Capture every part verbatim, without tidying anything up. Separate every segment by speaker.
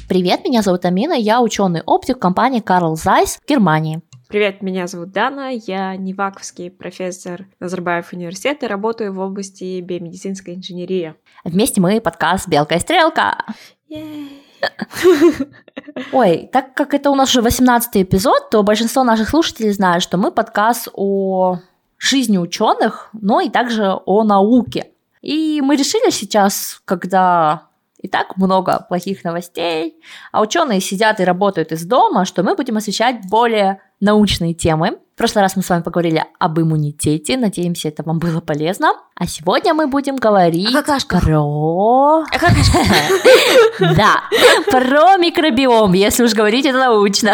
Speaker 1: Привет, меня зовут Амина, я ученый-оптик компании Carl Zeiss в Германии.
Speaker 2: Привет, меня зовут Дана, я неваковский профессор Назарбаев университета, работаю в области биомедицинской инженерии.
Speaker 1: Вместе мы подкаст «Белка и стрелка». Ой, так как это у нас уже восемнадцатый эпизод, то большинство наших слушателей знают, что мы подкаст о жизни ученых, но и также о науке. И мы решили сейчас, когда и так много плохих новостей, а ученые сидят и работают из дома, что мы будем освещать более научные темы. В прошлый раз мы с вами поговорили об иммунитете, надеемся, это вам было полезно. А сегодня мы будем говорить про... Да, про микробиом, если уж говорить это научно.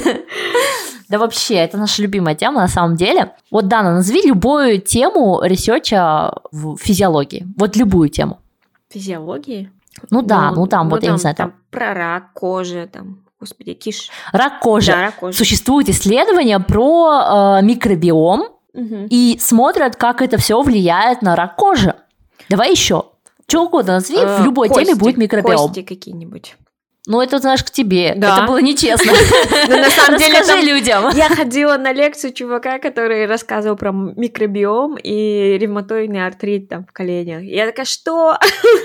Speaker 1: Да вообще, это наша любимая тема на самом деле. Вот, Дана, назови любую тему ресерча в физиологии. Вот любую тему.
Speaker 2: Физиологии?
Speaker 1: Ну да, ну, ну там,
Speaker 2: ну,
Speaker 1: вот
Speaker 2: там,
Speaker 1: я не знаю,
Speaker 2: там...
Speaker 1: там...
Speaker 2: Про рак кожи, там, господи, киш.
Speaker 1: Рак кожи.
Speaker 2: Да, рак кожи.
Speaker 1: Существуют исследования про э, микробиом,
Speaker 2: угу.
Speaker 1: и смотрят, как это все влияет на рак кожи. Давай еще. Что угодно назови, э, в любой
Speaker 2: кости,
Speaker 1: теме будет микробиом.
Speaker 2: Кости какие-нибудь.
Speaker 1: Ну, это, знаешь, к тебе.
Speaker 2: Да.
Speaker 1: Это было нечестно.
Speaker 2: На самом деле,
Speaker 1: расскажи людям.
Speaker 2: Я ходила на лекцию чувака, который рассказывал про микробиом и ревматоидный артрит там в коленях. Я такая, что?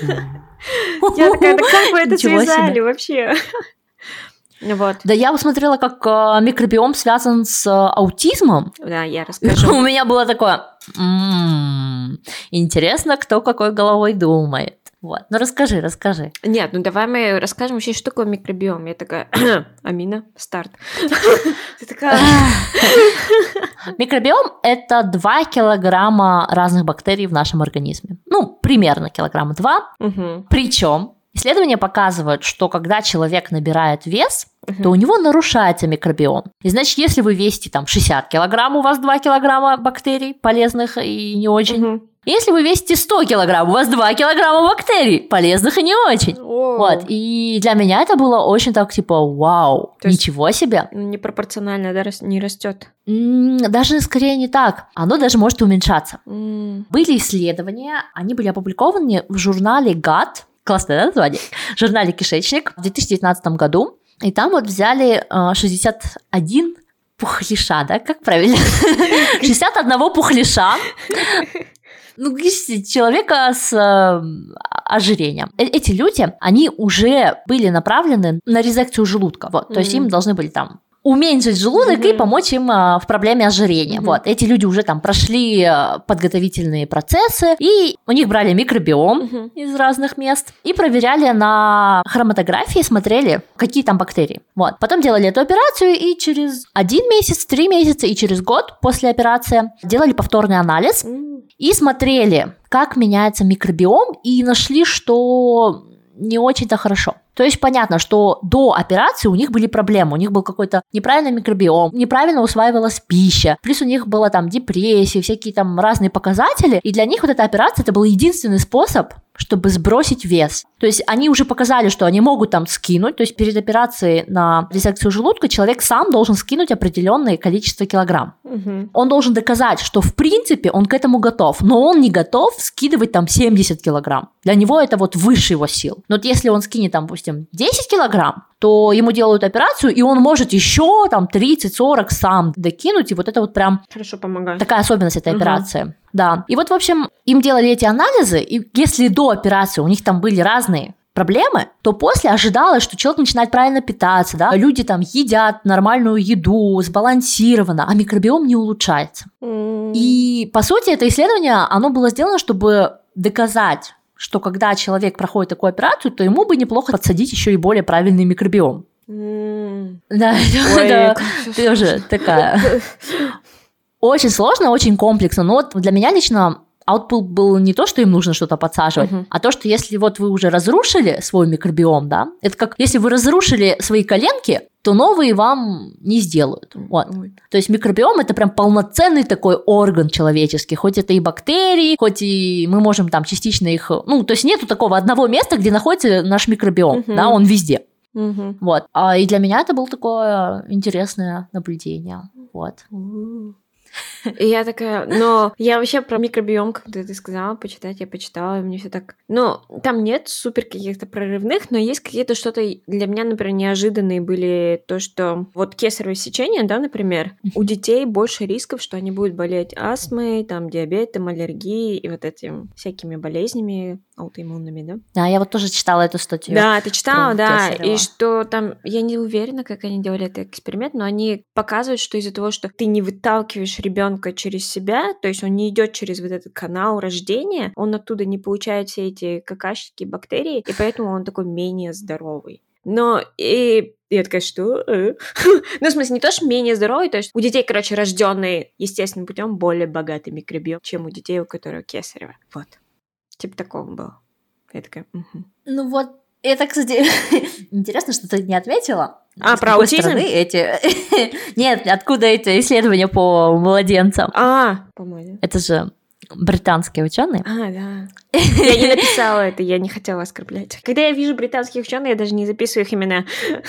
Speaker 2: Я такая, да как вы это связали вообще? Вот.
Speaker 1: Да я посмотрела, как э, микробиом связан с э, аутизмом.
Speaker 2: Да, я расскажу.
Speaker 1: У меня было такое, м-м, интересно, кто какой головой думает. Вот, ну расскажи, расскажи.
Speaker 2: Нет, ну давай мы расскажем вообще, что такое микробиом. Я такая, Амина, старт. Ты такая...
Speaker 1: Микробиом – это два килограмма разных бактерий в нашем организме. Ну, примерно килограмма два.
Speaker 2: Угу.
Speaker 1: Причем исследования показывают, что когда человек набирает вес,
Speaker 2: угу.
Speaker 1: то у него нарушается микробиом. И значит, если вы весите там шестьдесят килограмм, у вас два килограмма бактерий полезных и не очень.
Speaker 2: Угу.
Speaker 1: Если вы весите сто килограмм, у вас два килограмма бактерий, полезных и не очень.
Speaker 2: О.
Speaker 1: Вот. И для меня это было очень так, типа, вау,
Speaker 2: то
Speaker 1: ничего себе.
Speaker 2: Непропорционально, да, не растет.
Speaker 1: Даже скорее не так. Оно даже может уменьшаться.
Speaker 2: Mm.
Speaker 1: Были исследования, они были опубликованы в журнале гат, классное, да, название? В журнале «Кишечник» в две тысячи девятнадцатом году. И там вот взяли шестьдесят один пухлиша, да, как правильно? шестьдесят один пухлиша. Ну, человека с э, ожирением. Э- эти люди, они уже были направлены на резекцию желудка. Вот, mm-hmm. То есть им должны были там уменьшить желудок mm-hmm. и помочь им э, в проблеме ожирения. Mm-hmm. Вот, эти люди уже там прошли э, подготовительные процессы, и у них брали микробиом mm-hmm. из разных мест и проверяли на хроматографии, смотрели, какие там бактерии. Вот, потом делали эту операцию, и через один месяц, три месяца и через год после операции делали повторный анализ. Mm-hmm. И смотрели, как меняется микробиом, и нашли, что не очень-то хорошо. То есть понятно, что до операции у них были проблемы, у них был какой-то неправильный микробиом, неправильно усваивалась пища, плюс у них была там депрессия, всякие там разные показатели, и для них вот эта операция, это был единственный способ, чтобы сбросить вес. То есть они уже показали, что они могут там скинуть, то есть перед операцией на резекцию желудка человек сам должен скинуть определенное количество килограмм.
Speaker 2: Угу.
Speaker 1: Он должен доказать, что в принципе он к этому готов, но он не готов скидывать там семьдесят килограмм. Для него это вот выше его сил. Но вот если он скинет там, допустим, десять килограмм, то ему делают операцию, и он может еще там тридцать-сорок сам докинуть, и вот это вот прям...
Speaker 2: Хорошо помогает.
Speaker 1: Такая особенность этой угу. операции. Да. И вот, в общем, им делали эти анализы, и если до операции у них там были разные проблемы, то после ожидалось, что человек начинает правильно питаться, да, люди там едят нормальную еду, сбалансированно, а микробиом не улучшается.
Speaker 2: Mm.
Speaker 1: И, по сути, это исследование, оно было сделано, чтобы доказать, что когда человек проходит такую операцию, то ему бы неплохо подсадить еще и более правильный микробиом.
Speaker 2: Mm.
Speaker 1: Да,
Speaker 2: Ой,
Speaker 1: да, ты уже такая... Очень сложно, очень комплексно, но вот для меня лично output был не то, что им нужно что-то подсаживать, uh-huh. а то, что если вот вы уже разрушили свой микробиом, да, это как если вы разрушили свои коленки, то новые вам не сделают. Вот. Uh-huh. То есть микробиом – это прям полноценный такой орган человеческий, хоть это и бактерии, хоть и мы можем там частично их… Ну, то есть нету такого одного места, где находится наш микробиом, uh-huh. да, он везде.
Speaker 2: Uh-huh.
Speaker 1: Вот. А, и для меня это было такое интересное наблюдение. Вот.
Speaker 2: Uh-huh. И я такая, но я вообще про микробиом, когда ты сказала, почитать, я почитала, и мне все так... Ну, там нет супер каких-то прорывных, но есть какие-то что-то для меня, например, неожиданные были. То, что вот кесарево сечение, да, например, у детей больше рисков, что они будут болеть астмой, там, диабетом, аллергией и вот этими всякими болезнями аутоиммунными, да?
Speaker 1: Да, я вот тоже читала эту статью.
Speaker 2: Да, ты читала, да, кесарево. И что там, я не уверена, как они делали этот эксперимент, но они показывают, что из-за того, что ты не выталкиваешь ребенка через себя, то есть он не идет через вот этот канал рождения, он оттуда не получает все эти какашки, бактерии, и поэтому он такой менее здоровый. Но и я такая, что? Ну, в смысле, не то, что менее здоровый, то есть у детей, короче, рожденные естественным путем более богатый микробиом, чем у детей, у которых кесарево. Вот. Типа такого было. Я такая, угу.
Speaker 1: Ну вот, это, кстати, интересно, что ты не отметила.
Speaker 2: А, про аутизм?
Speaker 1: Эти... Нет, откуда эти исследования по младенцам?
Speaker 2: А, по-моему.
Speaker 1: Это же британские ученые.
Speaker 2: А, да. Я не написала это, я не хотела оскорблять. Когда я вижу британских ученых, я даже не записываю их имена.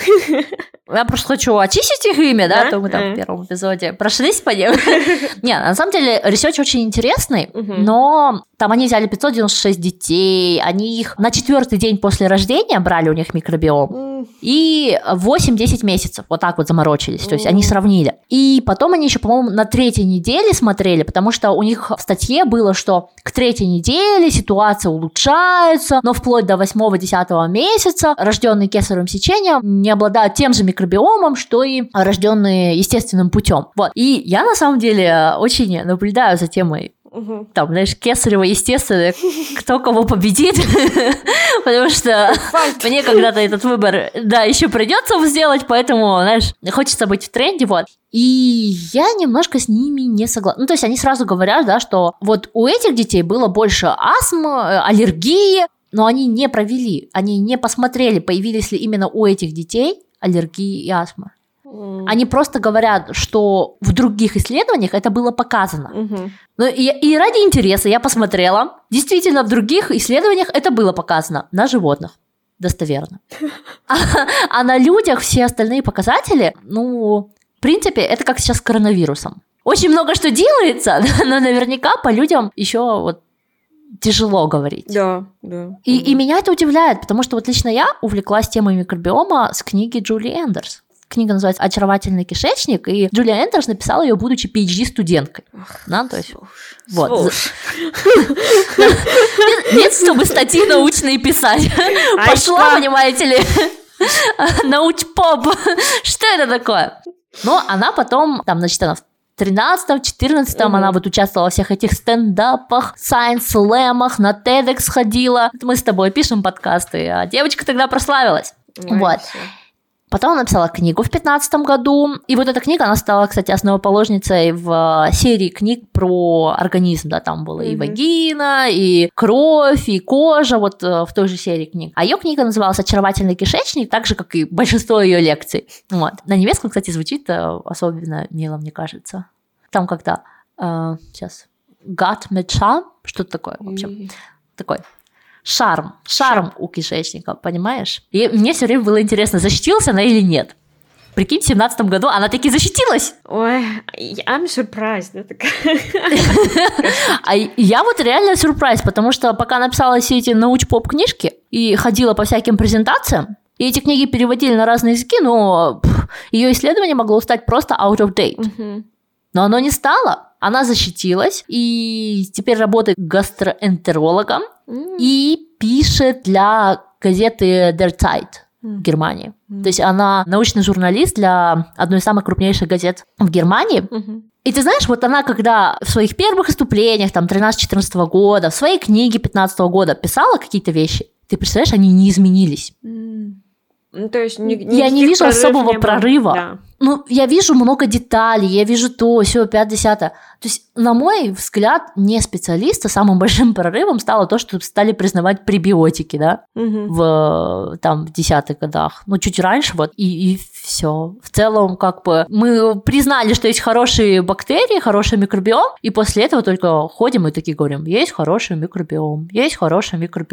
Speaker 1: Я просто хочу очистить их имя, да, то мы там в первом эпизоде прошлись по ним. Не, на самом деле, ресерч очень интересный, но там они взяли пятьсот девяносто шесть детей, они их на четвертый день после рождения брали у них микробиом, и восемь-десять месяцев вот так вот заморочились, то есть они сравнили. И потом они еще, по-моему, на третьей неделе смотрели, потому что у них в статье было, что к третьей неделе ситуация улучшается, но вплоть до восьмого-десятого месяца рожденные кесаревым сечением не обладают тем же микробиомом, что и рожденные естественным путем. Вот. И я на самом деле очень наблюдаю за темой. Угу. Там, знаешь, кесарево, естественно, кто кого победит, потому что мне когда-то этот выбор, да, еще придется сделать, поэтому, знаешь, хочется быть в тренде, вот. И я немножко с ними не согласна. Ну, то есть они сразу говорят, да, что вот у этих детей было больше астмы, аллергии, но они не провели, они не посмотрели, появились ли именно у этих детей аллергии и астма. Mm. Они просто говорят, что в других исследованиях это было показано. Mm-hmm. Ну, и, и ради интереса я посмотрела. Действительно, в других исследованиях это было показано на животных. Достоверно. А, а на людях все остальные показатели, ну, в принципе, это как сейчас с коронавирусом. Очень много что делается, но наверняка по людям еще вот тяжело говорить.
Speaker 2: Да, да.
Speaker 1: И, и меня это удивляет, потому что вот лично я увлеклась темой микробиома с книги Джули Эндерс. Книга называется «Очаровательный кишечник», и Джулия Эндерс написала ее, будучи пи эйч ди-студенткой. Да, то есть, вот. Нет, чтобы статьи научные писать. Пошла, понимаете ли, научпоп. Что это такое? Но она потом, там, значит, она в тринадцатом-четырнадцатом она вот участвовала во всех этих стендапах, сайенс-слэмах, на TEDx ходила. Мы с тобой пишем подкасты, а девочка тогда прославилась. Вот. Потом она написала книгу в пятнадцатом году, и вот эта книга, она стала, кстати, основоположницей в серии книг про организм, да, там было mm-hmm. и вагина, и кровь, и кожа, вот в той же серии книг. А ее книга называлась «Очаровательный кишечник», так же, как и большинство ее лекций. Вот. На немецком, кстати, звучит особенно мило, мне кажется. Там как-то, э, сейчас, gut mit Charme, что-то такое, в общем, mm-hmm. такой... Шарм, шарм Шарм. У кишечника, понимаешь? И мне все время было интересно, защитилась она или нет. Прикинь, в семнадцатом году она таки защитилась.
Speaker 2: Ой, I'm surprised. Да,
Speaker 1: а я вот реально сюрприз, потому что пока написала все эти научпоп-книжки и ходила по всяким презентациям, и эти книги переводили на разные языки, но пфф, ее исследование могло стать просто out of date. Uh-huh. Но оно не стало. Она защитилась и теперь работает гастроэнтерологом mm. и пишет для газеты Der Zeit mm. в Германии. Mm. То есть она научный журналист для одной из самых крупнейших газет в Германии. Mm-hmm. И ты знаешь, вот она, когда в своих первых выступлениях, там, тринадцатого-четырнадцатого года, в своей книге пятнадцатого года писала какие-то вещи, ты представляешь, они не изменились.
Speaker 2: Mm. Ну, то есть ни,
Speaker 1: я не вижу особого
Speaker 2: не
Speaker 1: прорыва.
Speaker 2: Да.
Speaker 1: Ну, я вижу много деталей, я вижу то, сё, пять-десятое. То есть, на мой взгляд, не специалиста, самым большим прорывом стало то, что стали признавать пребиотики, да, угу. в, там, в десятых годах. Ну, чуть раньше, вот, и, и все. В целом, как бы, мы признали, что есть хорошие бактерии, хороший микробиом, и после этого только ходим и такие говорим, есть хороший микробиом, есть хороший микробиом.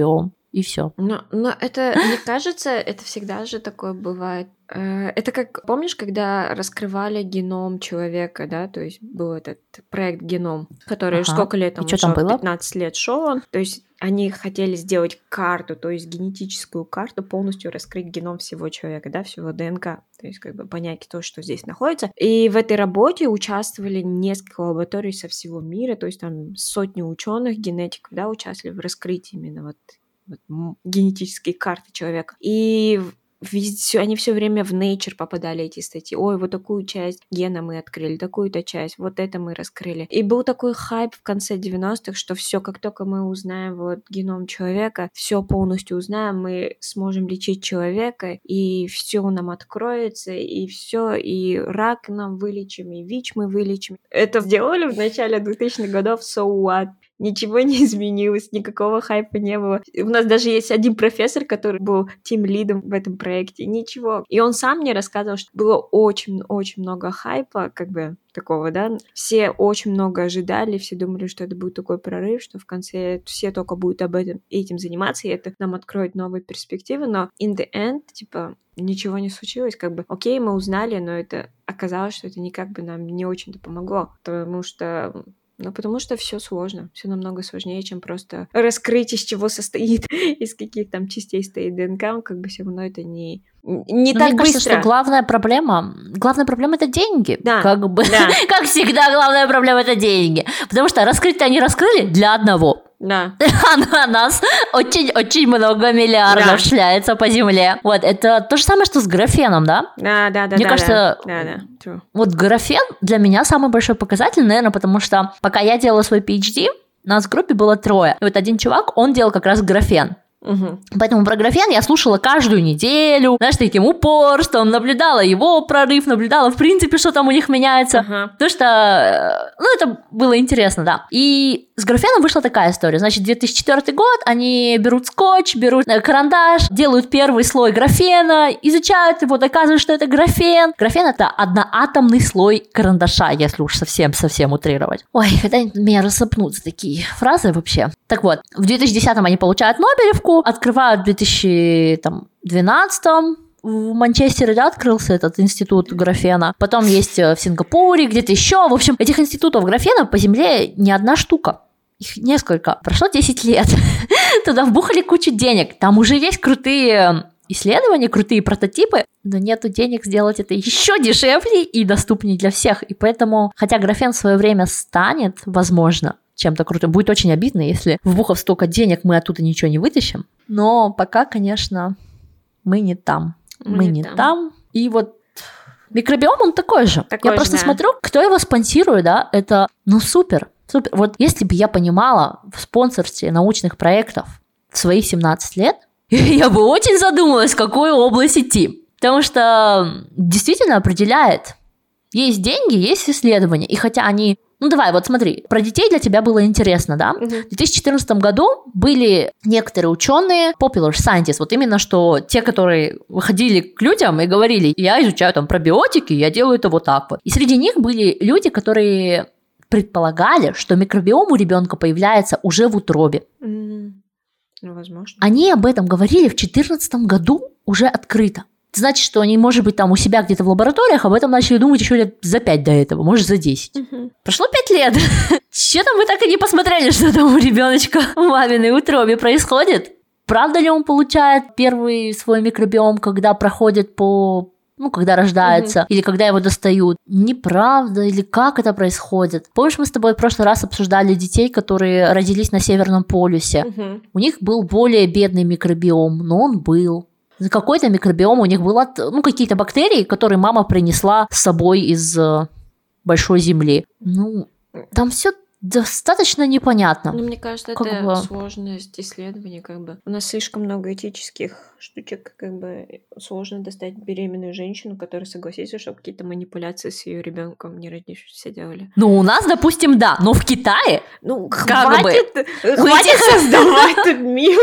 Speaker 1: и все.
Speaker 2: Но, но это, мне кажется, это всегда же такое бывает. Это как, помнишь, когда раскрывали геном человека, да, то есть был этот проект «Геном», который ага. сколько лет там шел, пятнадцать лет шел он, то есть они хотели сделать карту, то есть генетическую карту, полностью раскрыть геном всего человека, да, всего ДНК, то есть как бы понять то, что здесь находится. И в этой работе участвовали несколько лабораторий со всего мира, то есть там сотни ученых, генетиков, да, участвовали в раскрытии именно вот, вот генетической карты человека. И Все, они все время в Nature попадали, эти статьи. Ой, вот такую часть гена мы открыли, такую-то часть, вот это мы раскрыли. И был такой хайп в конце девяностых, что все, как только мы узнаем вот геном человека, все полностью узнаем, мы сможем лечить человека, и все нам откроется, и все, и рак нам вылечим, и ВИЧ мы вылечим. Это сделали в начале двухтысячных годов, so what? Ничего не изменилось, никакого хайпа не было. У нас даже есть один профессор, который был тим-лидом в этом проекте. Ничего. И он сам мне рассказывал, что было очень-очень много хайпа, как бы такого, да. Все очень много ожидали, все думали, что это будет такой прорыв, что в конце все только будут об этом, этим заниматься, и это нам откроет новые перспективы. Но in the end, типа, ничего не случилось. Как бы, окей, мы узнали, но это оказалось, что это никак бы нам не очень-то помогло. Потому что... Ну, потому что все сложно, все намного сложнее, чем просто раскрыть, из чего состоит, из каких там частей стоит ДНК, как бы все равно это не, не
Speaker 1: Но
Speaker 2: так
Speaker 1: мне
Speaker 2: быстро.
Speaker 1: кажется, что главная проблема, главная проблема это деньги,
Speaker 2: да,
Speaker 1: как бы,
Speaker 2: да.
Speaker 1: Как всегда, главная проблема это деньги, потому что раскрыть-то они раскрыли для одного.
Speaker 2: Да.
Speaker 1: А на нас очень-очень много миллиардов да. шляется по земле. Вот, это то же самое, что с графеном, да?
Speaker 2: Да, да, да.
Speaker 1: Мне
Speaker 2: да,
Speaker 1: кажется,
Speaker 2: да, да, да.
Speaker 1: Вот графен для меня самый большой показатель, наверное, потому что пока я делала свой пи эйч ди, нас в группе было трое. И вот один чувак, он делал как раз графен.
Speaker 2: Угу.
Speaker 1: Поэтому про графен я слушала каждую неделю, знаешь, таким упорством, наблюдала его прорыв, наблюдала, в принципе, что там у них меняется,
Speaker 2: uh-huh.
Speaker 1: потому что, ну, это было интересно, да. И с графеном вышла такая история, значит, две тысячи четвёртый год, они берут скотч, берут карандаш, делают первый слой графена, изучают его, доказывают, что это графен. Графен — это одноатомный слой карандаша, если уж совсем-совсем утрировать. Ой, когда-нибудь меня рассыпнутся такие фразы вообще. Так вот, в две тысячи десятом они получают Нобелевку, открывают в две тысячи двенадцатом в Манчестере, да, открылся этот институт графена. Потом есть в Сингапуре, где-то еще. В общем, этих институтов графена по земле не одна штука. Их несколько. Прошло десять лет. Туда вбухали кучу денег. Там уже есть крутые исследования, крутые прототипы, но нету денег сделать это еще дешевле и доступнее для всех. И поэтому, хотя графен в свое время станет, возможно, чем-то крутым. Будет очень обидно, если вбухав столько денег, мы оттуда ничего не вытащим. Но пока, конечно, мы не там. Мы, мы не там. там. И вот микробиом, он такой же.
Speaker 2: Такой
Speaker 1: я
Speaker 2: же,
Speaker 1: просто
Speaker 2: да.
Speaker 1: смотрю, кто его спонсирует, да, это, ну, супер, супер. Вот если бы я понимала в спонсорстве научных проектов в свои семнадцать лет, я бы очень задумалась, в какую область идти. Потому что действительно определяет. Есть деньги, есть исследования. И хотя они... Ну давай, вот смотри, про детей для тебя было интересно, да?
Speaker 2: Uh-huh.
Speaker 1: В две тысячи четырнадцатом году были некоторые ученые, popular scientists, вот именно что те, которые выходили к людям и говорили, я изучаю там пробиотики, я делаю это вот так вот. И среди них были люди, которые предполагали, что микробиом у ребенка появляется уже в утробе.
Speaker 2: Mm-hmm. Ну, возможно.
Speaker 1: Они об этом говорили в две тысячи четырнадцатом году уже открыто. Это значит, что они, может быть, там у себя где-то в лабораториях об этом начали думать еще лет за пять до этого, может, за десять.
Speaker 2: Uh-huh.
Speaker 1: Прошло пять лет. Че там вы так и не посмотрели, что там у ребеночка в маминой утробе происходит? Правда ли он получает первый свой микробиом, когда проходит по... Ну, когда рождается, uh-huh. или когда его достают. Неправда, или как это происходит? Помнишь, мы с тобой в прошлый раз обсуждали детей, которые родились на Северном полюсе?
Speaker 2: Uh-huh.
Speaker 1: У них был более бедный микробиом, но он был. Какой-то микробиом у них был, от, ну, какие-то бактерии, которые мама принесла с собой из э, большой земли. Ну, там все достаточно непонятно.
Speaker 2: Ну, мне кажется,
Speaker 1: как
Speaker 2: это
Speaker 1: бы...
Speaker 2: сложность исследования, как бы. У нас слишком много этических штучек, как бы сложно достать беременную женщину, которая согласится, чтобы какие-то манипуляции с ее ребенком не родившимся делали.
Speaker 1: Ну, у нас, допустим, да, но в Китае,
Speaker 2: ну,
Speaker 1: как
Speaker 2: хватит,
Speaker 1: бы,
Speaker 2: хватит создавать тут мир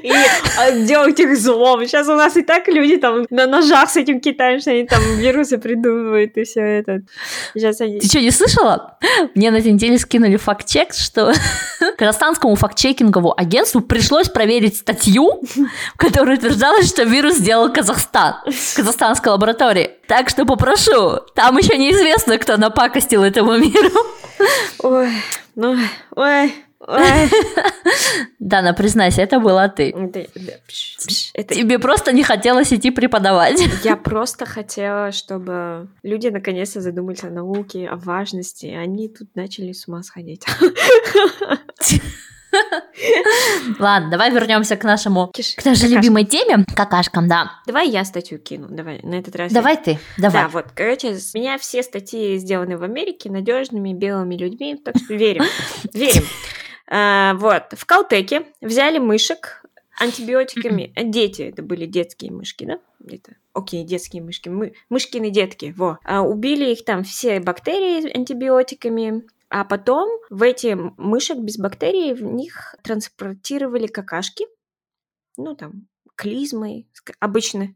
Speaker 2: и делать их злом. Сейчас у нас и так люди там на ножах с этим Китаем, что они там вирусы придумывают и все это. Сейчас они...
Speaker 1: Ты что, не слышала? Мне на этой неделе скинули сделали факт-чек, что казахстанскому факт-чекинговому агентству пришлось проверить статью, в которой утверждалось, что вирус сделал Казахстан, казахстанская лаборатория. Так что попрошу, там еще неизвестно, кто напакостил этому миру.
Speaker 2: Ой, ну, ой...
Speaker 1: Дана, признайся, это была ты.
Speaker 2: Да, да. Пш, пш, это...
Speaker 1: Тебе просто не хотелось идти преподавать.
Speaker 2: Я просто хотела, чтобы люди наконец-то задумались о науке, о важности. Они тут начали с ума сходить.
Speaker 1: Ладно, давай вернемся к нашему,
Speaker 2: Киш,
Speaker 1: к нашей
Speaker 2: какашкам.
Speaker 1: любимой теме, какашкам, да.
Speaker 2: Давай я статью кину, давай на этот раз.
Speaker 1: Давай
Speaker 2: я...
Speaker 1: ты, давай.
Speaker 2: Да, вот, короче, с меня все статьи сделаны в Америке надежными белыми людьми, так что верим, верим. А, вот, в Калтеке взяли мышек антибиотиками. Дети, это были детские мышки, да? Это, окей, детские мышки, мы, мышкины детки, во. А, убили их там все бактерии антибиотиками, а потом в эти мышек без бактерий в них транспортировали какашки, ну там, клизмой, обычно.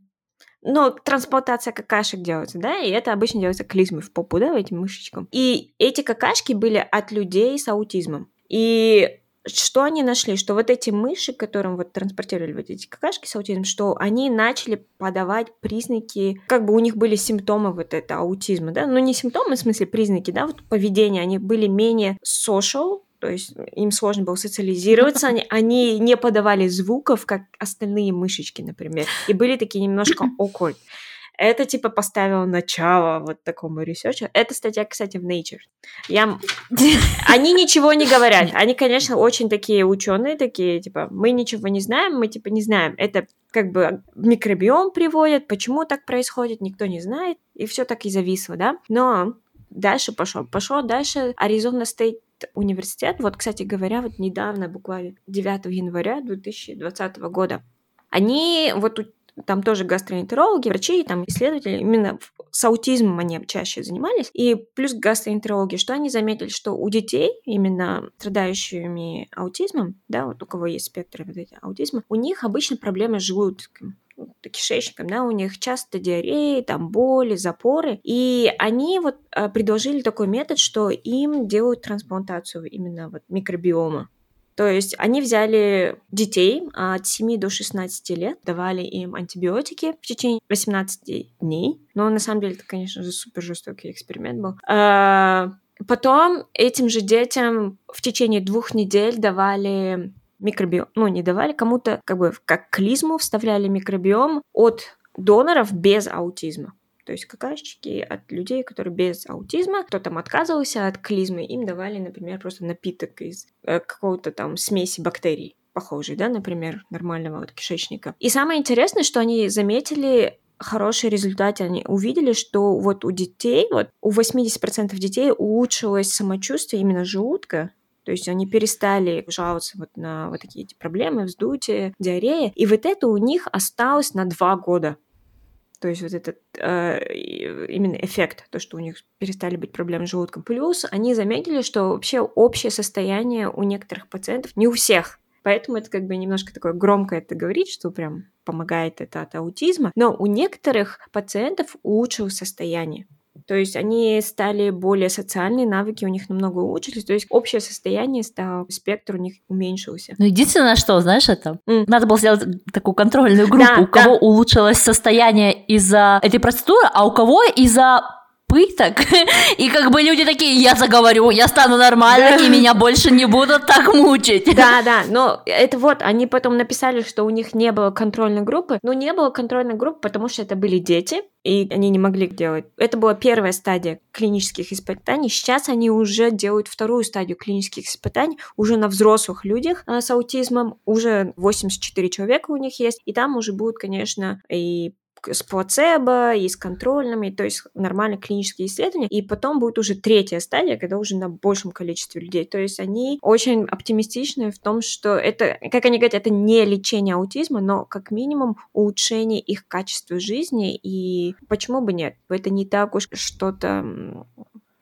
Speaker 2: Но трансплантация какашек делается, да, и это обычно делается клизмой в попу, да, этим мышечкам. И эти какашки были от людей с аутизмом. И что они нашли? Что вот эти мыши, которым вот транспортировали вот эти какашки с аутизмом, что они начали подавать признаки, как бы у них были симптомы вот этого аутизма, да, ну не симптомы, в смысле признаки, да, вот поведения, они были менее social, то есть им сложно было социализироваться, они, они не подавали звуков, как остальные мышечки, например, и были такие немножко awkward. Это, типа, поставило начало вот такому ресерчу. Эта статья, кстати, в Nature. Я... Они ничего не говорят. Они, конечно, очень такие ученые, такие, типа, мы ничего не знаем, мы, типа, не знаем. Это как бы микробиом приводит, почему так происходит, никто не знает, и все так и зависло, да? Но дальше пошло. Пошло дальше Аризона Стейт университет. Вот, кстати говоря, вот недавно, буквально девятого января две тысячи двадцатого года, они вот там тоже гастроэнтерологи, врачи, там исследователи, именно с аутизмом они чаще занимались. И плюс гастроэнтерологи, что они заметили, что у детей, именно страдающими аутизмом, да, вот у кого есть спектр вот эти аутизма, у них обычно проблемы с желудком, кишечником, да, у них часто диареи, там боли, запоры, и они вот предложили такой метод, что им делают трансплантацию именно вот микробиома. То есть они взяли детей от семи до шестнадцати лет, давали им антибиотики в течение восемнадцати дней. Но на самом деле это, конечно же, супер жестокий эксперимент был. А потом этим же детям в течение двух недель давали микробиом. Ну, не давали, кому-то как бы как клизму вставляли микробиом от доноров без аутизма. То есть какашечки от людей, которые без аутизма, кто там отказывался от клизмы, им давали, например, просто напиток из э, какого-то там смеси бактерий, похожий, да, например, нормального вот кишечника. И самое интересное, что они заметили хорошие результаты, они увидели, что вот у детей, вот у восемьдесят процентов детей улучшилось самочувствие именно желудка. То есть они перестали жаловаться вот на вот такие эти проблемы, вздутие, диарея, и вот это у них осталось на два года. То есть вот этот э, именно эффект, то, что у них перестали быть проблемы с желудком. Плюс они заметили, что вообще общее состояние у некоторых пациентов, не у всех, поэтому это как бы немножко такое громко это говорить, что прям помогает это от аутизма, но у некоторых пациентов улучшилось состояние. То есть они стали более социальные, навыки у них намного улучшились, то есть общее состояние стало, спектр у них уменьшился.
Speaker 1: Ну, единственное, что, знаешь, это, mm. надо было сделать такую контрольную группу,
Speaker 2: да,
Speaker 1: у кого
Speaker 2: да.
Speaker 1: улучшилось состояние из-за этой процедуры, а у кого из-за пыток, и как бы люди такие, я заговорю, я стану нормально, и меня больше не будут так мучить.
Speaker 2: Да, да, но это вот, они потом написали, что у них не было контрольной группы, но не было контрольной группы, потому что это были дети, и они не могли делать. Это была первая стадия клинических испытаний, сейчас они уже делают вторую стадию клинических испытаний, уже на взрослых людях с аутизмом, уже восемьдесят четыре человека у них есть, и там уже будут, конечно, и с плацебо, и с контрольными, то есть нормальные клинические исследования, и потом будет уже третья стадия, когда уже на большем количестве людей. То есть они очень оптимистичны в том, что это, как они говорят, это не лечение аутизма, но как минимум улучшение их качества жизни, и почему бы нет? Это не так уж что-то...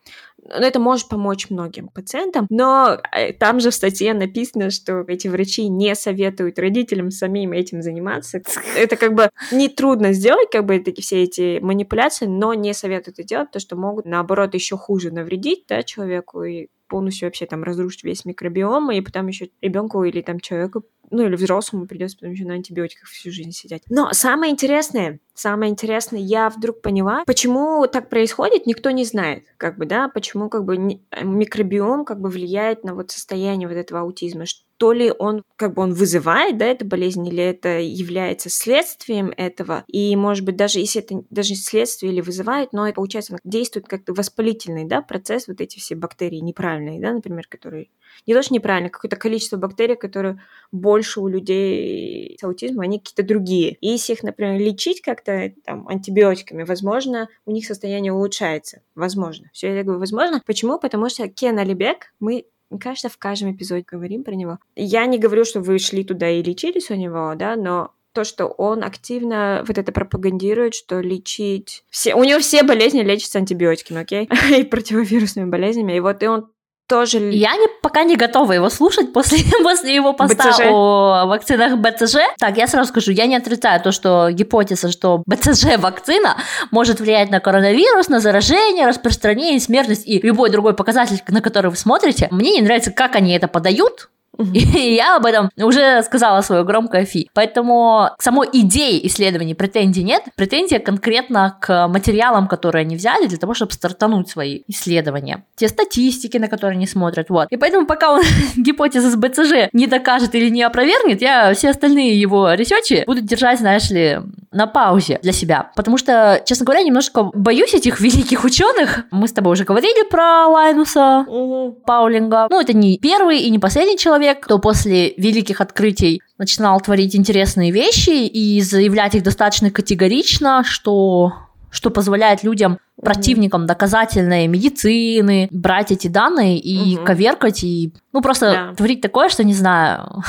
Speaker 2: это может помочь многим пациентам, но там же в статье написано, что эти врачи не советуют родителям самим этим заниматься. Это как бы нетрудно сделать, как бы такие все эти манипуляции, но не советуют это делать, потому что могут, наоборот, еще хуже навредить, да, человеку и полностью вообще там разрушить весь микробиом, и потом еще ребенку или там человеку, ну или взрослому придется потом еще на антибиотиках всю жизнь сидеть. Но самое интересное, самое интересное, я вдруг поняла, почему так происходит, никто не знает, как бы, да, почему как бы микробиом как бы влияет на вот состояние вот этого аутизма, то ли он как бы он вызывает, да, эту болезнь, или это является следствием этого, и, может быть, даже если это даже следствие или вызывает, но это, получается, действует как-то воспалительный, да, процесс, вот эти все бактерии неправильные, да, например, которые, не то, что неправильные, какое-то количество бактерий, которые больше у людей с аутизмом, они какие-то другие. И если их, например, лечить как-то там антибиотиками, возможно, у них состояние улучшается, возможно. Все это говорю, возможно. Почему? Потому что Кен Алибек, мы мне кажется, в каждом эпизоде говорим про него. Я не говорю, что вы шли туда и лечились у него, да, но то, что он активно вот это пропагандирует, что лечить... Все... У него все болезни лечатся антибиотиками, окей? И противовирусными болезнями. И вот и он тоже...
Speaker 1: Я не, пока не готова его слушать после, после его поста бэ цэ жэ. О вакцинах бэ цэ жэ. Так, я сразу скажу, я не отрицаю то, что гипотеза, что бэ цэ жэ-вакцина может влиять на коронавирус, на заражение, распространение, смертность и любой другой показатель, на который вы смотрите. Мне не нравится, как они это подают. И я об этом уже сказала свое громкое фи. Поэтому к самой идее исследований претензий нет. Претензия конкретно к материалам, которые они взяли для того, чтобы стартануть свои исследования. Те статистики, на которые они смотрят. Вот. И поэтому пока он гипотезу с бэ цэ жэ не докажет или не опровергнет, я все остальные его ресерчи буду держать, знаешь ли, на паузе для себя. Потому что, честно говоря, немножко боюсь этих великих ученых. Мы с тобой уже говорили про Лайнуса угу. Паулинга. Ну, это не первый и не последний человек, кто после великих открытий начинал творить интересные вещи и заявлять их достаточно категорично, что, что позволяет людям, mm-hmm. противникам доказательной медицины, брать эти данные и mm-hmm. коверкать, и ну просто yeah. творить такое, что, не знаю,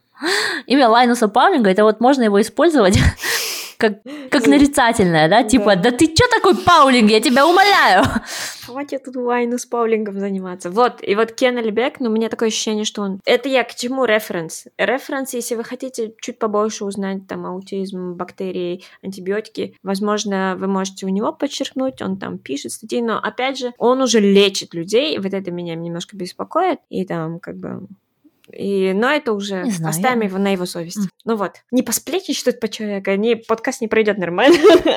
Speaker 1: имя Лайнуса Паулинга, это вот можно его использовать... Как, как нарицательное, да? Типа, да. да ты чё такой Паулинг, я тебя умоляю.
Speaker 2: Хватит тут Вайну с Паулингом заниматься. Вот, и вот Кен Алибек, ну, у меня такое ощущение, что он... Это я к чему референс? Референс, если вы хотите чуть побольше узнать там аутизм, бактерии, антибиотики, возможно, вы можете у него подчеркнуть, он там пишет статьи, но, опять же, он уже лечит людей, вот это меня немножко беспокоит, и там, как бы... И, но это уже оставим его на его совесть. Mm. Ну вот, не посплетничать что-то по человеку, не, подкаст не пройдет нормально.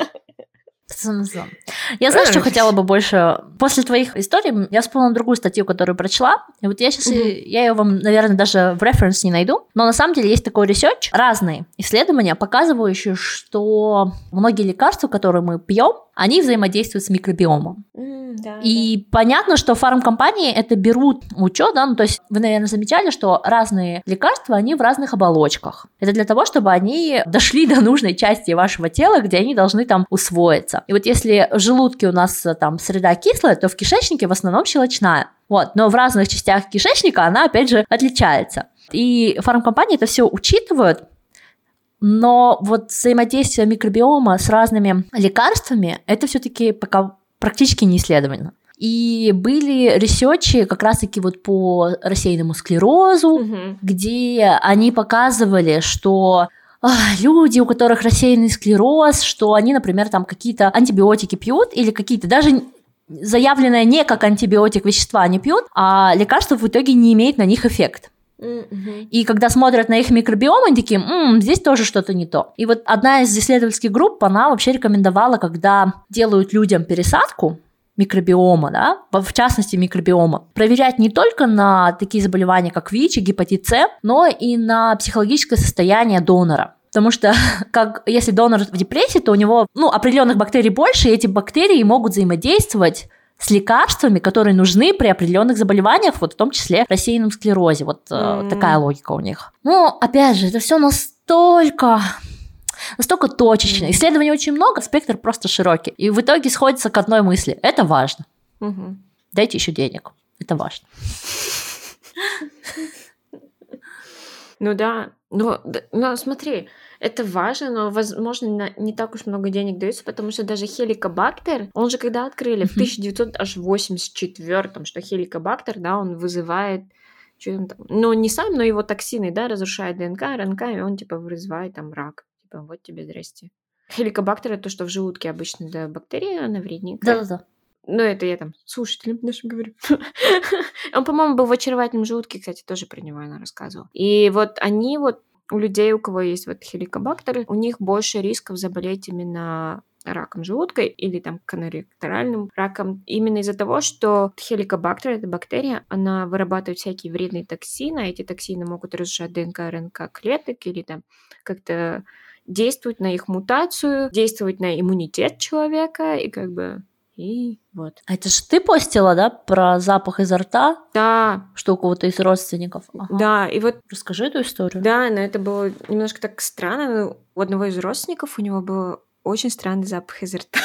Speaker 1: Я знаю, что хотела бы больше. После твоих историй я вспомнила другую статью, которую прочла. И вот я сейчас, mm-hmm. я ее вам, наверное, даже в референс не найду. Но на самом деле есть такой ресерч, разные исследования, показывающие, что многие лекарства, которые мы пьем, они взаимодействуют с микробиомом.
Speaker 2: Mm, да,
Speaker 1: и
Speaker 2: да.
Speaker 1: понятно, что фармкомпании это берут в учет, да, ну, то есть вы, наверное, замечали, что разные лекарства, они в разных оболочках. Это для того, чтобы они дошли до нужной части вашего тела, где они должны там усвоиться. И вот если в желудке у нас там среда кислая, то в кишечнике в основном щелочная. Вот, но в разных частях кишечника она, опять же, отличается. И фармкомпании это все учитывают. Но вот взаимодействие микробиома с разными лекарствами, это все-таки пока практически не исследовано. И были ресерчи как раз-таки вот по рассеянному склерозу, mm-hmm. где они показывали, что ах, люди, у которых рассеянный склероз, что они, например, там какие-то антибиотики пьют или какие-то даже заявленные не как антибиотик вещества они пьют, а лекарство в итоге не имеет на них эффект. Mm-hmm. И когда смотрят на их микробиом, они такие, м-м, здесь тоже что-то не то. И вот одна из исследовательских групп, она вообще рекомендовала, когда делают людям пересадку микробиома, да, в частности микробиома, проверять не только на такие заболевания, как ВИЧ и гепатит С, но и на психологическое состояние донора. Потому что, как, если донор в депрессии, то у него ну, определенных бактерий больше, и эти бактерии могут взаимодействовать с лекарствами, которые нужны при определенных заболеваниях, вот в том числе рассеянном склерозе. Вот mm. э, такая логика у них. Ну, опять же, это все настолько, настолько точечно. Mm. Исследований очень много, спектр просто широкий. И в итоге сходится к одной мысли. Это важно. Mm-hmm. Дайте еще денег. Это важно.
Speaker 2: Ну да, но, но смотри, это важно, но, возможно, не так уж много денег дается, потому что даже хеликобактер, он же когда открыли в тысяча девятьсот восемьдесят четвёртом, что хеликобактер, да, он вызывает, что он там, ну не сам, но его токсины, да, разрушает ДНК, РНК, и он типа вызывает там рак. Типа вот тебе здрасте. Хеликобактер — это то, что в желудке обычно, да, бактерия, она вредненькая.
Speaker 1: Да-да-да.
Speaker 2: Ну, это я там слушателям нашим говорю. Он, по-моему, был в очаровательном желудке, кстати, тоже про него она рассказывала. И вот они вот, у людей, у кого есть вот хеликобактеры, у них больше рисков заболеть именно раком желудка или там колоректоральным раком, именно из-за того, что хеликобактер, эта бактерия, она вырабатывает всякие вредные токсины, а эти токсины могут разрушать ДНК, РНК клеток или там как-то действовать на их мутацию, действовать на иммунитет человека, и как бы... И вот.
Speaker 1: А это же ты постила, да, про запах изо рта?
Speaker 2: Да.
Speaker 1: Что у кого-то из родственников? Ага.
Speaker 2: Да, и вот...
Speaker 1: Расскажи эту историю.
Speaker 2: Да, но это было немножко так странно. У одного из родственников у него был очень странный запах изо рта.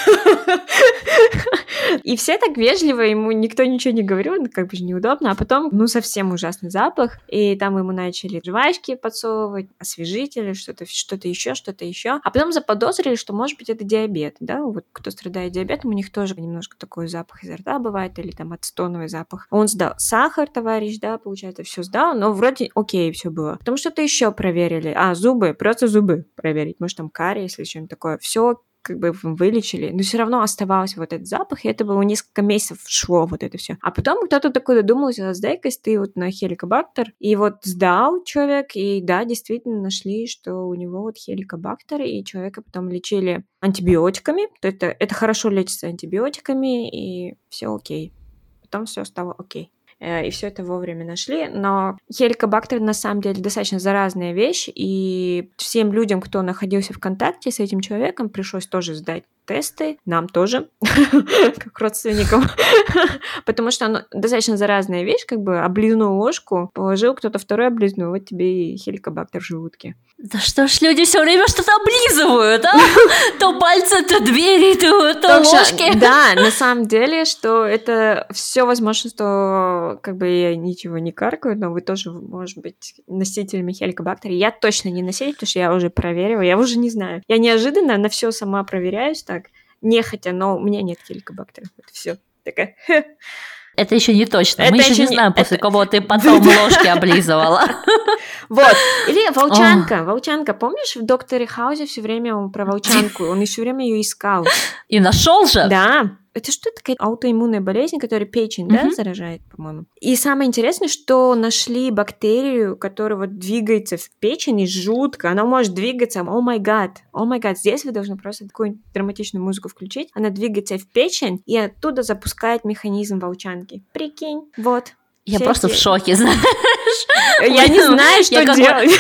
Speaker 2: И все так вежливо, ему никто ничего не говорил, ну, как бы же неудобно. А потом, ну, совсем ужасный запах. И там ему начали жвачки подсовывать, освежители, что-то, что-то еще, что-то еще. А потом заподозрили, что, может быть, это диабет, да? Вот кто страдает диабетом, у них тоже немножко такой запах изо рта бывает, или там отстоновый запах. Он сдал сахар, товарищ, да, получается, все сдал, но вроде окей, все было. Потом что-то еще проверили. А, зубы, просто зубы проверить. Может, там кариес или что-нибудь такое. Все как бы вылечили, но все равно оставался вот этот запах, и это было несколько месяцев шло вот это все. А потом кто-то такой додумался, сдай-ка ты вот на хеликобактер, и вот сдал человек, и да, действительно нашли, что у него вот хеликобактер, и человека потом лечили антибиотиками, то это, это хорошо лечится антибиотиками, и все окей. Потом все стало окей. И все это вовремя нашли, но хеликобактер на самом деле достаточно заразная вещь, и всем людям, кто находился в контакте с этим человеком, пришлось тоже сдать тесты, нам тоже, как родственникам, потому что оно достаточно заразная вещь, как бы облизнул ложку, положил, кто-то второй облизнул, вот тебе и хеликобактер в желудке.
Speaker 1: Да что ж люди все время что-то облизывают, а? То пальцы, то двери, то, то ложки.
Speaker 2: Да, на самом деле, что это все возможно, что как бы я ничего не каркаю, но вы тоже, может быть, носителями хеликобактера. Я точно не носитель, потому что я уже проверила, я уже не знаю. Я неожиданно на все сама проверяюсь так, нехотя, но у меня нет хеликобактера. Это все такая...
Speaker 1: Это еще не точно.
Speaker 2: Это
Speaker 1: Мы еще не знаем, после это... кого ты потом ложки облизывала.
Speaker 2: Вот. Или волчанка. Волчанка. Помнишь, в Докторе Хаусе все время он про волчанку, он все время ее искал.
Speaker 1: И нашел же?
Speaker 2: Да. Это что, такая аутоиммунная болезнь, которая печень, mm-hmm. да, заражает, по-моему. И самое интересное, что нашли бактерию, которая вот двигается в печени жутко. Она может двигаться, о май гад, о май гад. Здесь вы должны просто такую драматичную музыку включить. Она двигается в печень и оттуда запускает механизм волчанки. Прикинь, вот.
Speaker 1: Я просто эти... в шоке, знаешь.
Speaker 2: Я не знаю, что делать.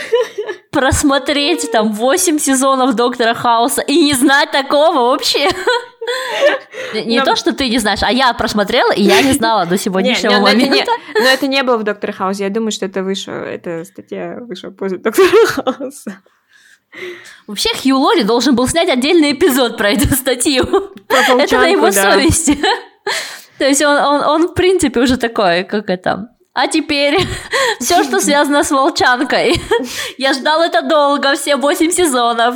Speaker 1: Просмотреть там восемь сезонов Доктора Хауса и не знать такого вообще. Не но... то, что ты не знаешь, а я просмотрела, и я не знала до сегодняшнего не, момента.
Speaker 2: Не, но это не было в Докторе Хаусе. Я думаю, что это вышло, эта статья вышла после Доктора Хауса.
Speaker 1: Вообще Хью Лори должен был снять отдельный эпизод про эту статью. Про это на его да. совести. То есть он, он, он, в принципе, уже такой, как это... А теперь все, что связано с волчанкой. Я ждал это долго, все восемь сезонов.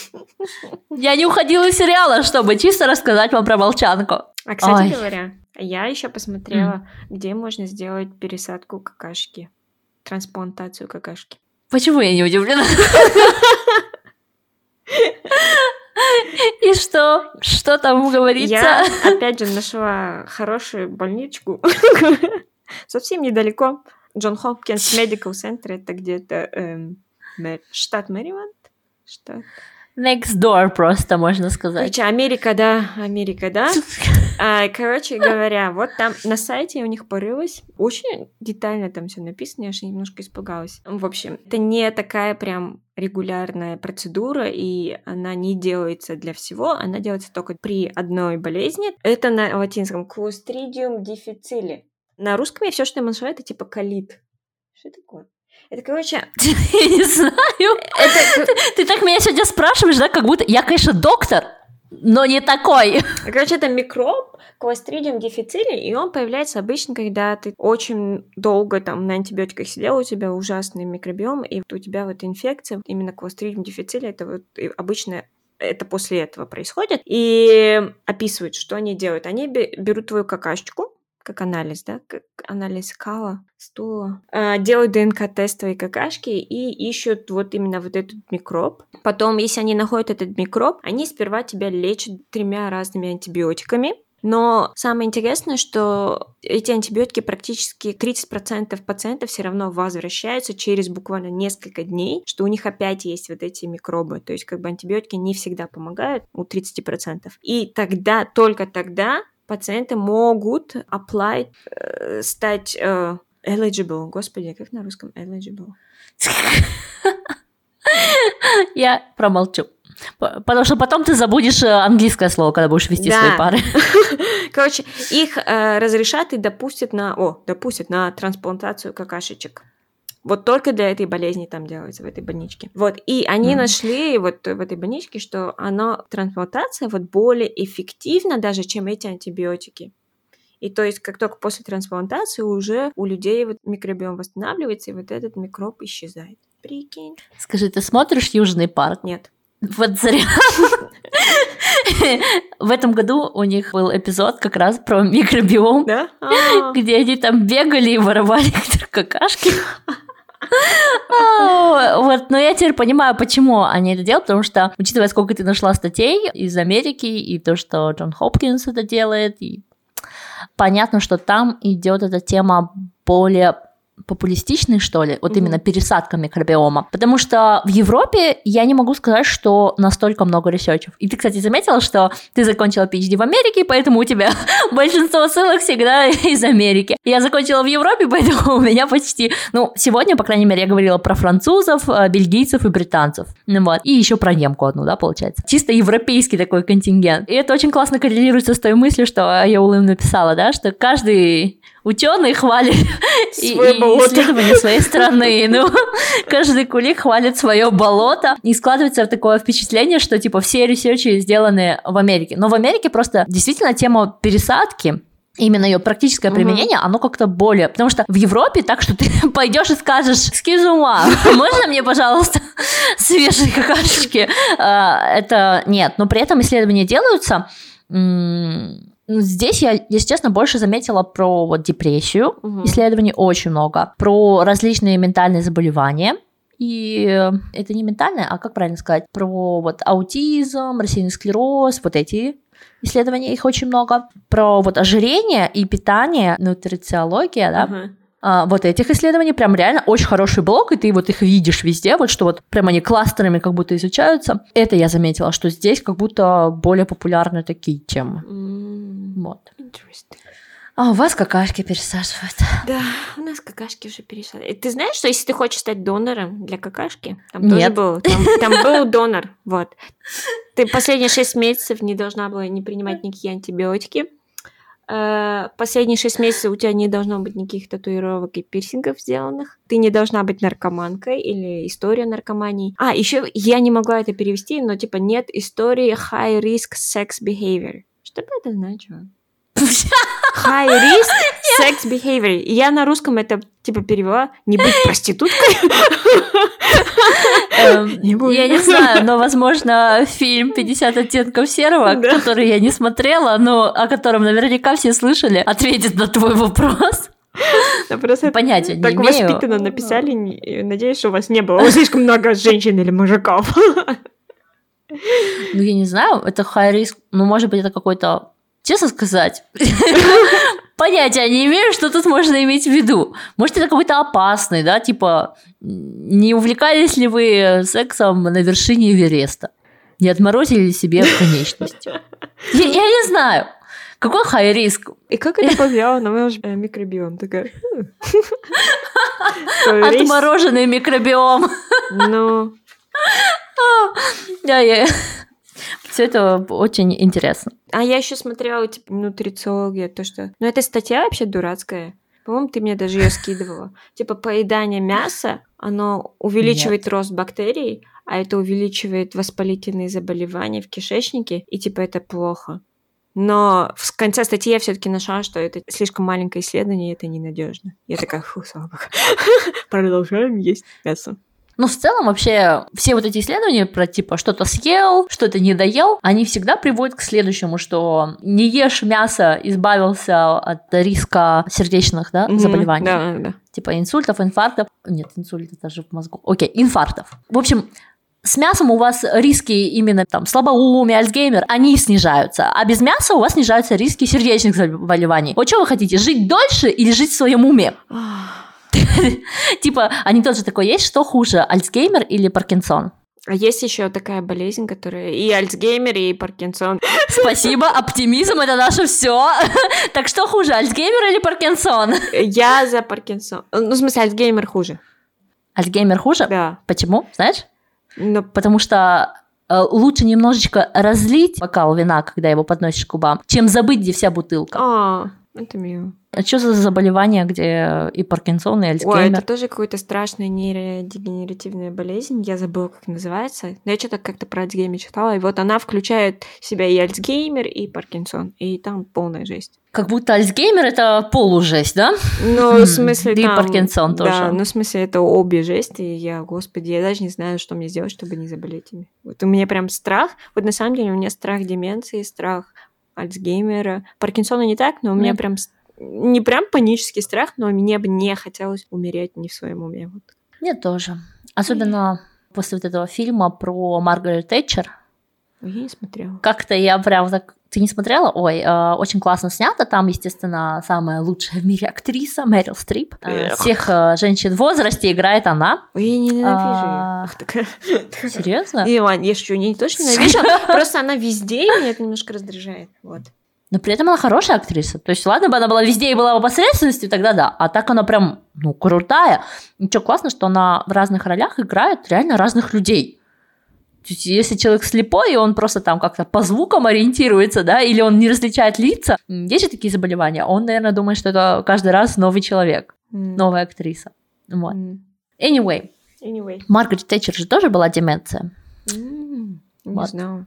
Speaker 1: Я не уходила из сериала, чтобы чисто рассказать вам про волчанку.
Speaker 2: А, кстати Ой. говоря, я еще посмотрела, mm. где можно сделать пересадку какашки, трансплантацию какашки.
Speaker 1: Почему я не удивлена? И что? Что там говорится?
Speaker 2: Я, опять же, нашла хорошую больничку. Совсем недалеко. Джон Хопкинс Medical Center, это где-то эм, штат Мэриленд. Штат.
Speaker 1: Next door просто, можно сказать.
Speaker 2: Короче, Америка, да, Америка, да. а, короче говоря, вот там на сайте у них порылось. Очень детально там все написано, я же немножко испугалась. В общем, это не такая прям регулярная процедура, и она не делается для всего, она делается только при одной болезни. Это на латинском Clostridium difficile. На русском я все, что я нашла, это типа колит. Что такое? Это, короче...
Speaker 1: Я не знаю. Это... Ты, ты так меня сегодня спрашиваешь, да, как будто... Я, конечно, доктор, но не такой.
Speaker 2: Короче, это микроб Clostridium difficile, и он появляется обычно, когда ты очень долго там на антибиотиках сидел, у тебя ужасный микробиом, и у тебя вот инфекция, именно Clostridium difficile, это вот обычно это после этого происходит, и описывают, что они делают. Они берут твою какашечку, как анализ, да, как анализ кала, стула, делают ДНК-тест твоей какашки и ищут вот именно вот этот микроб. Потом, если они находят этот микроб, они сперва тебя лечат тремя разными антибиотиками. Но самое интересное, что эти антибиотики практически тридцать процентов пациентов все равно возвращаются через буквально несколько дней, что у них опять есть вот эти микробы. То есть как бы антибиотики не всегда помогают у тридцати процентов. И тогда, только тогда пациенты могут apply, э, стать э, eligible. Господи, как на русском eligible?
Speaker 1: Я промолчу. Потому что потом ты забудешь английское слово, когда будешь вести
Speaker 2: да.
Speaker 1: свои пары.
Speaker 2: Короче, их э, разрешат и допустят на, о, допустят на трансплантацию какашечек. Вот только для этой болезни там делается, в этой больничке. Вот, и они mm-hmm. нашли вот в этой больничке, что она, трансплантация вот более эффективна даже, чем эти антибиотики. И то есть, как только после трансплантации уже у людей вот микробиом восстанавливается, и вот этот микроб исчезает. Прикинь.
Speaker 1: Скажи, ты смотришь «Южный парк»?
Speaker 2: Нет.
Speaker 1: Вот зря. В этом году у них был эпизод как раз про микробиом,
Speaker 2: да?
Speaker 1: где они там бегали и воровали какашки. Вот, но я теперь понимаю, почему они это делают, потому что, учитывая, сколько ты нашла статей из Америки, и то, что Джон Хопкинс это делает, и понятно, что там идет эта тема более популистичный, что ли, вот mm-hmm. именно пересадка микробиома. Потому что в Европе я не могу сказать, что настолько много ресерчев. И ты, кстати, заметила, что ты закончила пи эйч ди в Америке, поэтому у тебя большинство ссылок всегда из Америки. Я закончила в Европе, поэтому у меня почти... Ну, сегодня, по крайней мере, я говорила про французов, бельгийцев и британцев. Вот. И еще про немку одну, да, получается. Чисто европейский такой контингент. И это очень классно коррелируется с той мыслью, что я Улым написала, да, что каждый... Ученые хвалят и, и исследования своей страны. Ну, каждый кулик хвалит свое болото. И складывается такое впечатление, что типа все ресерчи сделаны в Америке. Но в Америке просто действительно тема пересадки, именно ее практическое применение, uh-huh. оно как-то более... Потому что в Европе так, что ты пойдешь и скажешь: «Excuse me, можно мне, пожалуйста, свежие какашечки?» Это нет. Но при этом исследования делаются... Здесь я, если честно, больше заметила про вот депрессию, угу. исследований очень много, про различные ментальные заболевания. И это не ментальное, а как правильно сказать, про вот аутизм, рассеянный склероз, вот эти исследования, их очень много. Про вот ожирение и питание, нутрициология, да, угу. а, вот этих исследований прям реально очень хороший блок, и ты вот их видишь везде, вот что вот прям они кластерами как будто изучаются. Это я заметила, что здесь как будто более популярны такие темы. Mm. Вот. А у вас какашки пересаживают?
Speaker 2: Да, у нас какашки уже пересаживают. Ты знаешь, что если ты хочешь стать донором для какашки, там
Speaker 1: Нет.
Speaker 2: тоже был, там, там был донор, вот. Ты последние шесть месяцев не должна была не принимать никакие антибиотики. Последние шесть месяцев у тебя не должно быть никаких татуировок и пирсингов сделанных. Ты не должна быть наркоманкой или история наркомании. А, еще я не могла это перевести, но типа нет истории high risk sex behavior. Что бы это значило? High risk sex behavior. И я на русском это типа перевела: не быть проституткой.
Speaker 1: Я не знаю, но, возможно, фильм «пятьдесят оттенков серого», который я не смотрела, но о котором наверняка все слышали, ответит на твой вопрос. Понятия не имею.
Speaker 2: Так воспитанно написали. Надеюсь, что у вас не было слишком много женщин или мужиков.
Speaker 1: Ну, я не знаю, это high risk, ну, может быть, это какой-то, честно сказать, понятия не имею, что тут можно иметь в виду. Может, это какой-то опасный, да, типа, не увлекались ли вы сексом на вершине Эвереста? Не отморозили ли себе конечность? Я, я не знаю. Какой high risk?
Speaker 2: И как это повлияло на ваш микробиом? Такая...
Speaker 1: Отмороженный микробиом.
Speaker 2: Ну...
Speaker 1: Да, я... Все это очень интересно.
Speaker 2: А я еще смотрела, типа, нутрициология, то, что... Ну, эта статья вообще дурацкая. По-моему, ты мне даже ее скидывала. Типа, поедание мяса, оно увеличивает Нет. рост бактерий, а это увеличивает воспалительные заболевания в кишечнике, и типа это плохо. Но в конце статьи я все-таки нашла, что это слишком маленькое исследование, и это ненадежно. Я такая, фу, слава богу. Продолжаем есть мясо.
Speaker 1: Ну, в целом, вообще, все вот эти исследования про, типа, что-то съел, что-то не доел, они всегда приводят к следующему, что не ешь мясо, избавился от риска сердечных, да, mm-hmm, заболеваний.
Speaker 2: Да, да.
Speaker 1: Типа инсультов, инфарктов. Нет, инсульт это же в мозгу. Окей, инфарктов. В общем, с мясом у вас риски именно там слабоумие, Альцгеймер, они снижаются, а без мяса у вас снижаются риски сердечных заболеваний. Вот что вы хотите, жить дольше или жить в своем уме? Типа, анекдот же такой есть, что хуже, Альцгеймер или Паркинсон?
Speaker 2: А есть еще такая болезнь, которая и Альцгеймер, и Паркинсон.
Speaker 1: Спасибо, оптимизм — это наше все. Так что хуже, Альцгеймер или Паркинсон?
Speaker 2: Я за Паркинсон. Ну, в смысле, Альцгеймер хуже.
Speaker 1: Альцгеймер хуже?
Speaker 2: Да.
Speaker 1: Почему, знаешь?
Speaker 2: Но...
Speaker 1: Потому что э, лучше немножечко разлить бокал вина, когда его подносишь к губам, чем забыть, где вся бутылка.
Speaker 2: А, это мило.
Speaker 1: А что за заболевание, где и Паркинсон, и Альцгеймер?
Speaker 2: Ой, это тоже какая-то страшная нейродегенеративная болезнь. Я забыла, как называется. Но я что-то как-то про Альцгеймер читала. И вот она включает в себя и Альцгеймер, и Паркинсон. И там полная жесть.
Speaker 1: Как будто Альцгеймер — это полужесть, да?
Speaker 2: Ну, в смысле,
Speaker 1: да,
Speaker 2: там...
Speaker 1: и Паркинсон тоже.
Speaker 2: Да, ну, в смысле, это обе жести. И я, господи, я даже не знаю, что мне сделать, чтобы не заболеть ими. Вот у меня прям страх. Вот на самом деле у меня страх деменции, страх Альцгеймера. Паркинсона не так, но у меня прям... Не прям панический страх, но мне бы не хотелось умереть не в своем уме. Вот.
Speaker 1: Мне тоже. Особенно после вот этого фильма про Маргарет Тэтчер.
Speaker 2: Ой, я не смотрела.
Speaker 1: Как-то я прям так... Ты не смотрела? Ой, э, очень классно снято. Там, естественно, самая лучшая в мире актриса Мэрил Стрип. Э, всех э, женщин в возрасте играет она.
Speaker 2: Ой, я не ненавижу
Speaker 1: а...
Speaker 2: ее.
Speaker 1: Серьезно?
Speaker 2: И ладно, я шучу, не то, что ненавижу, просто она везде, и меня это немножко раздражает. Вот.
Speaker 1: Но при этом она хорошая актриса. То есть, ладно бы она была везде и была в посредственности, тогда да. А так она прям, ну, крутая. И что классно, что она в разных ролях играет реально разных людей. То есть, если человек слепой, и он просто там как-то по звукам ориентируется, да, или он не различает лица, есть же такие заболевания, он, наверное, думает, что это каждый раз новый человек, mm. новая актриса. Вот. Mm. Anyway.
Speaker 2: Anyway.
Speaker 1: Маргарет Тэтчер же тоже была деменция.
Speaker 2: Mm. Не
Speaker 1: вот.
Speaker 2: знаю.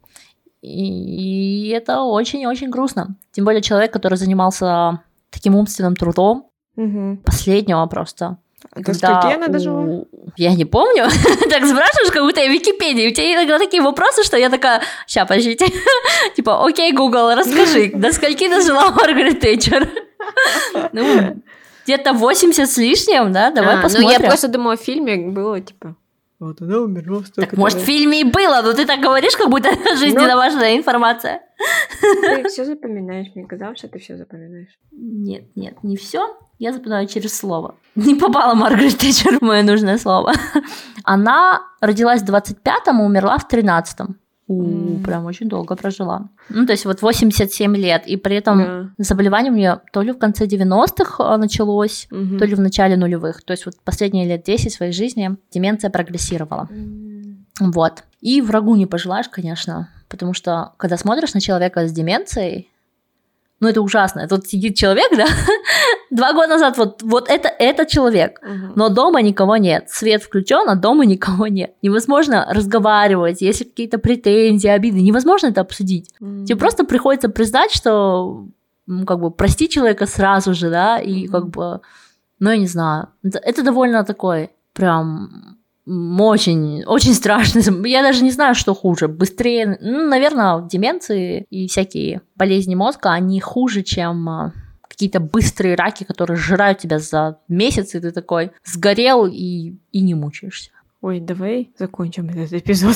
Speaker 1: И это очень-очень грустно. Тем более человек, который занимался таким умственным трудом,
Speaker 2: угу.
Speaker 1: последнего просто.
Speaker 2: До скольки она дожила?
Speaker 1: Я не помню. Так спрашиваешь, как будто я в Википедии. У тебя иногда такие вопросы, что я такая, ща, подождите. Типа, окей, Google, расскажи, до скольки дожила Маргарет Тэтчер? Ну, где-то восемьдесят с лишним, да? Давай посмотрим.
Speaker 2: Ну, я просто думала, в фильме было, типа... Вот она умерла.
Speaker 1: Так, может, в фильме и было, но ты так говоришь, как будто это жизненно важная информация.
Speaker 2: Ты все запоминаешь, мне казалось, что ты все запоминаешь.
Speaker 1: Нет, нет, не все. Я запоминаю через слово. Не попала Маргарет Тэтчер в мое нужное слово. Она родилась в двадцать пятом и умерла в тринадцатом. У, mm. прям очень долго прожила. Ну, то есть вот восемьдесят семь лет. И при этом yeah. заболевание у нее то ли в конце девяностых началось, mm-hmm. то ли в начале нулевых. То есть вот последние лет десять своей жизни деменция прогрессировала. Mm. Вот. И врагу не пожелаешь, конечно. Потому что, когда смотришь на человека с деменцией, ну, это ужасно. Тут сидит человек, да, два года назад, вот, вот это, это человек, uh-huh. но дома никого нет. Свет включен, а дома никого нет. Невозможно разговаривать, если какие-то претензии, обиды, невозможно это обсудить. Uh-huh. Тебе просто приходится признать, что, ну, как бы, прости человека сразу же, да, и uh-huh. как бы, ну, я не знаю. Это, это довольно такой, прям... Очень, очень страшно. Я даже не знаю, что хуже. Быстрее, ну, наверное, деменции и всякие болезни мозга, они хуже, чем какие-то быстрые раки, которые сжирают тебя за месяц, и ты такой сгорел и, и не мучаешься.
Speaker 2: Ой, давай закончим этот эпизод.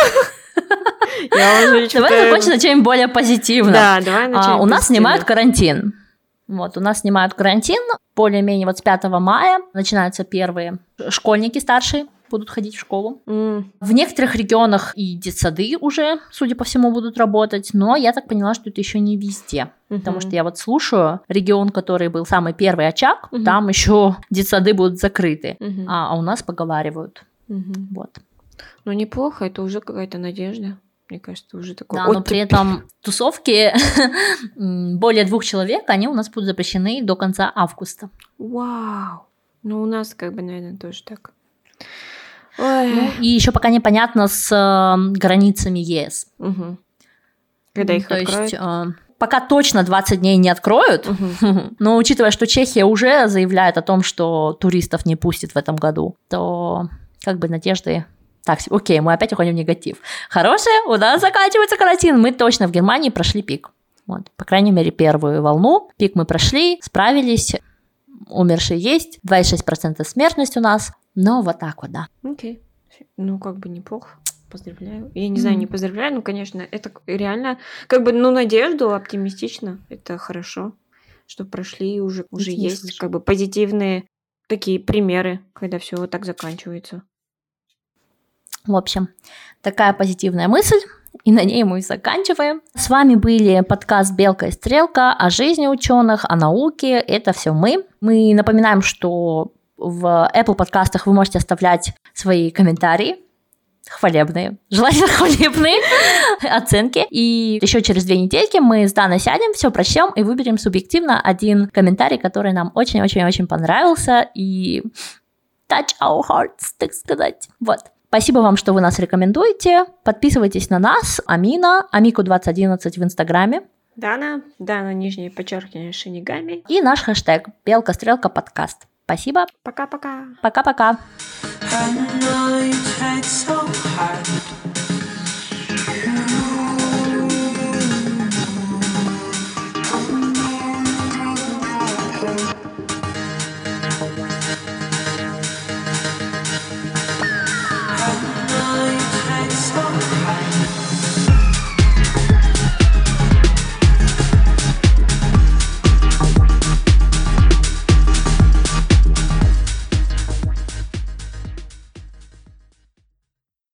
Speaker 1: Давай закончим на чем более позитивно.
Speaker 2: Да, давай на чем
Speaker 1: У нас снимают карантин. Вот, у нас снимают карантин. Более-менее вот с пятого мая начинаются первые школьники старшие. Будут ходить в школу. Mm. В некоторых регионах и детсады уже, судя по всему, будут работать, но я так поняла, что это еще не везде. Mm-hmm. Потому что я вот слушаю, регион, который был самый первый очаг, mm-hmm. там еще детсады будут закрыты, mm-hmm. а, а у нас поговаривают. Mm-hmm. Вот.
Speaker 2: Ну, неплохо, это уже какая-то надежда. Мне кажется, уже такой...
Speaker 1: Да, но при этом тусовки более двух человек, они у нас будут запрещены до конца августа.
Speaker 2: Вау! Ну, у нас как бы, наверное, тоже так.
Speaker 1: Ну, и еще пока непонятно с э, границами ЕС.
Speaker 2: Угу. Когда их
Speaker 1: То
Speaker 2: откроют?
Speaker 1: есть э, пока точно двадцать дней не откроют,
Speaker 2: Угу.
Speaker 1: но учитывая, что Чехия уже заявляет о том, что туристов не пустит в этом году, то как бы надежды... Так, окей, мы опять уходим в негатив. Хорошее, у нас заканчивается карантин. Мы точно в Германии прошли пик. Вот, по крайней мере, первую волну. Пик мы прошли, справились. Умершие есть. два и шесть десятых процента смертность у нас. Но вот так вот, да.
Speaker 2: Окей. Ну, как бы неплохо. Поздравляю. Я не знаю, не поздравляю, но, конечно, это реально, как бы, ну, надежду, оптимистично. Это хорошо, что прошли, и уже, уже есть, слышу. Как бы, позитивные такие примеры, когда все вот так заканчивается.
Speaker 1: В общем, такая позитивная мысль, и на ней мы заканчиваем. С вами были подкаст «Белка и стрелка» о жизни ученых, о науке. Это все мы. Мы напоминаем, что в Apple подкастах вы можете оставлять свои комментарии, хвалебные, желательно хвалебные оценки. И еще через две недельки мы с Даной сядем, все прочтем и выберем субъективно один комментарий, который нам очень-очень-очень понравился и touch our hearts, так сказать. Вот. Спасибо вам, что вы нас рекомендуете. Подписывайтесь на нас. Амина, Амику двадцать одиннадцать в Инстаграме.
Speaker 2: Дана, Дана, нижнее подчеркивание, Шинигами.
Speaker 1: И наш хэштег «Белка-стрелка подкаст». Спасибо.
Speaker 2: Пока-пока.
Speaker 1: Пока-пока.